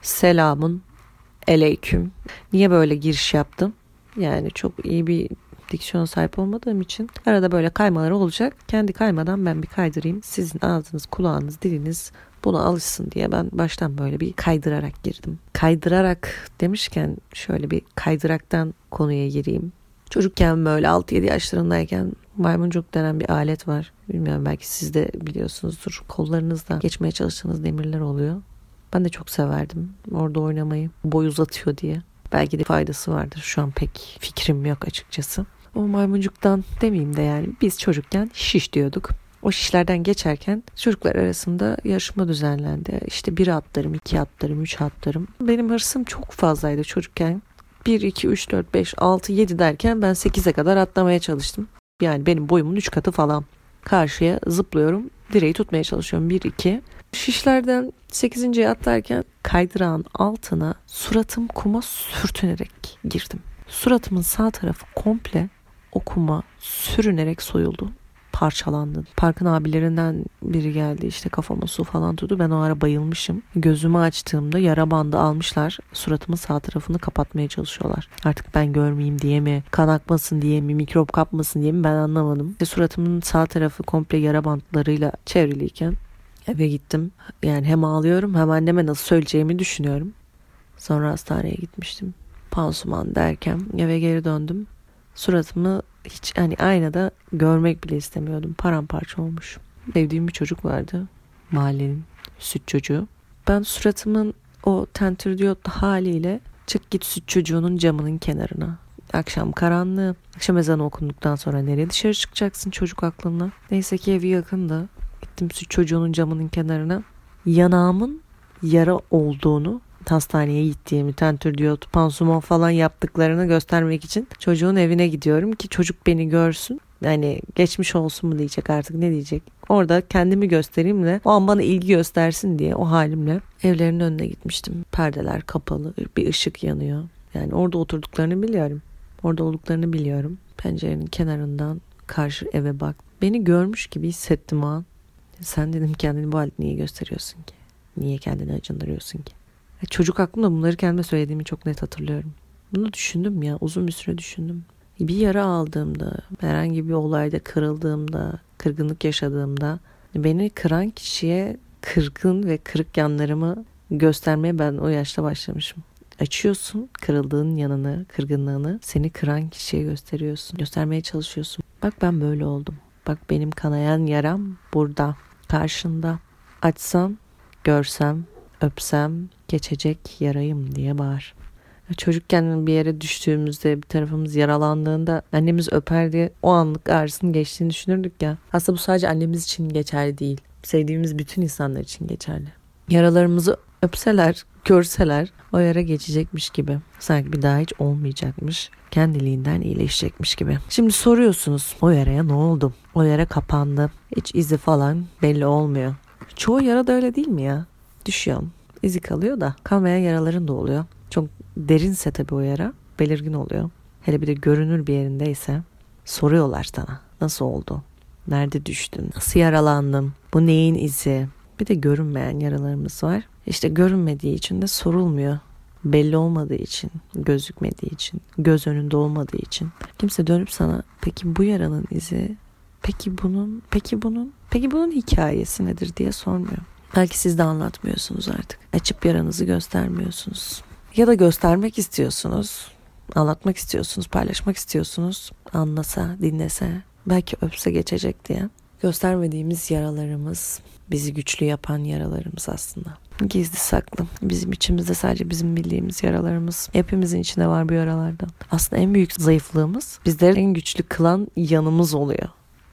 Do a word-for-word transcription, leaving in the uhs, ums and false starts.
Selamun aleyküm. Niye böyle giriş yaptım? Yani çok iyi bir diksiyona sahip olmadığım için arada böyle kaymalar olacak. Kendi kaymadan ben bir kaydırayım. Sizin ağzınız, kulağınız, diliniz buna alışsın diye ben baştan böyle bir kaydırarak girdim. Kaydırarak demişken şöyle bir kaydıraktan konuya gireyim. Çocukken böyle altı yedi yaşlarındayken maymuncuk denen bir alet var. Bilmiyorum, belki siz de biliyorsunuzdur. Kollarınızda geçmeye çalıştığınız demirler oluyor. Ben de çok severdim orada oynamayı. Boy uzatıyor diye. Belki de faydası vardır. Şu an pek fikrim yok açıkçası. O maymuncuktan demeyeyim de yani biz çocukken şiş diyorduk. O şişlerden geçerken çocuklar arasında yarışma düzenlendi. İşte bir atlarım, iki atlarım, üç atlarım. Benim hırsım çok fazlaydı çocukken. bir, iki, üç, dört, beş, altı, yedi derken ben sekize kadar atlamaya çalıştım. Yani benim boyumun üç katı falan. Karşıya zıplıyorum. Direği tutmaya çalışıyorum. bir, iki. Şişlerden sekizinciye atlarken kaydırağın altına suratım kuma sürtünerek girdim. Suratımın sağ tarafı komple o kuma sürünerek soyuldu. Parçalandı. Parkın abilerinden biri geldi, işte kafama su falan tuttu. Ben o ara bayılmışım. Gözümü açtığımda yara bandı almışlar. Suratımın sağ tarafını kapatmaya çalışıyorlar. Artık ben görmeyeyim diye mi, kan akmasın diye mi, mikrop kapmasın diye mi ben anlamadım. İşte suratımın sağ tarafı komple yara bantlarıyla çevriliyken eve gittim. Yani hem ağlıyorum hem anneme nasıl söyleyeceğimi düşünüyorum. Sonra hastaneye gitmiştim. Pansuman derken eve geri döndüm. Suratımı hiç hani aynada görmek bile istemiyordum. Paramparça olmuş. Sevdiğim bir çocuk vardı. Mahallenin süt çocuğu. Ben suratımın o tentürdiyotlu haliyle çık git süt çocuğunun camının kenarına. Akşam karanlığı. Akşam ezanı okunduktan sonra nereye dışarı çıkacaksın çocuk aklınla? Neyse ki evi yakındı. Gittim süt çocuğunun camının kenarına. Yanağımın yara olduğunu, hastaneye gittiğimi, tentürdiyot, pansuman falan yaptıklarını göstermek için çocuğun evine gidiyorum ki çocuk beni görsün. Yani geçmiş olsun mu diyecek, artık ne diyecek. Orada kendimi göstereyim de o an bana ilgi göstersin diye o halimle evlerinin önüne gitmiştim. Perdeler kapalı, bir ışık yanıyor. Yani orada oturduklarını biliyorum. Orada olduklarını biliyorum. Pencerenin kenarından karşı eve bak. Beni görmüş gibi hissettim o an. Sen dedim kendini bu halde niye gösteriyorsun ki? Niye kendini acındırıyorsun ki? Çocuk aklımda bunları kendime söylediğimi çok net hatırlıyorum. Bunu düşündüm ya, uzun bir süre düşündüm. Bir yara aldığımda, herhangi bir olayda kırıldığımda, kırgınlık yaşadığımda beni kıran kişiye kırgın ve kırık yanlarımı göstermeye ben o yaşta başlamışım. Açıyorsun kırıldığın yanını, kırgınlığını, seni kıran kişiye gösteriyorsun. Göstermeye çalışıyorsun. Bak ben böyle oldum. Bak benim kanayan yaram burada, karşında. Açsam, görsem, öpsem geçecek yarayım diye bağır. Çocukken bir yere düştüğümüzde, bir tarafımız yaralandığında annemiz öper diye o anlık ağrısının geçtiğini düşünürdük ya. Aslında bu sadece annemiz için geçerli değil. Sevdiğimiz bütün insanlar için geçerli. Yaralarımızı öpseler, görseler o yara geçecekmiş gibi. Sanki bir daha hiç olmayacakmış. Kendiliğinden iyileşecekmiş gibi. Şimdi soruyorsunuz, o yaraya ne oldu? O yara kapandı. Hiç izi falan belli olmuyor. Çoğu yara da öyle değil mi ya? Düşüyorsun, izi kalıyor da kalmayan yaraların da oluyor. Çok derinse tabii o yara belirgin oluyor. Hele bir de görünür bir yerindeyse soruyorlar sana. Nasıl oldu? Nerede düştün? Nasıl yaralandın? Bu neyin izi? Bir de görünmeyen yaralarımız var. İşte görünmediği için de sorulmuyor. Belli olmadığı için, gözükmediği için, göz önünde olmadığı için. Kimse dönüp sana peki bu yaranın izi, peki bunun, peki bunun, peki bunun hikayesi nedir diye sormuyor. Belki siz de anlatmıyorsunuz artık. Açıp yaranızı göstermiyorsunuz. Ya da göstermek istiyorsunuz, anlatmak istiyorsunuz, paylaşmak istiyorsunuz. Anlasa, dinlese, belki öpse geçecek diye. Göstermediğimiz yaralarımız bizi güçlü yapan yaralarımız aslında. Gizli saklı. Bizim içimizde sadece bizim bildiğimiz yaralarımız. Hepimizin içinde var bu yaralardan. Aslında en büyük zayıflığımız bizleri en güçlü kılan yanımız oluyor.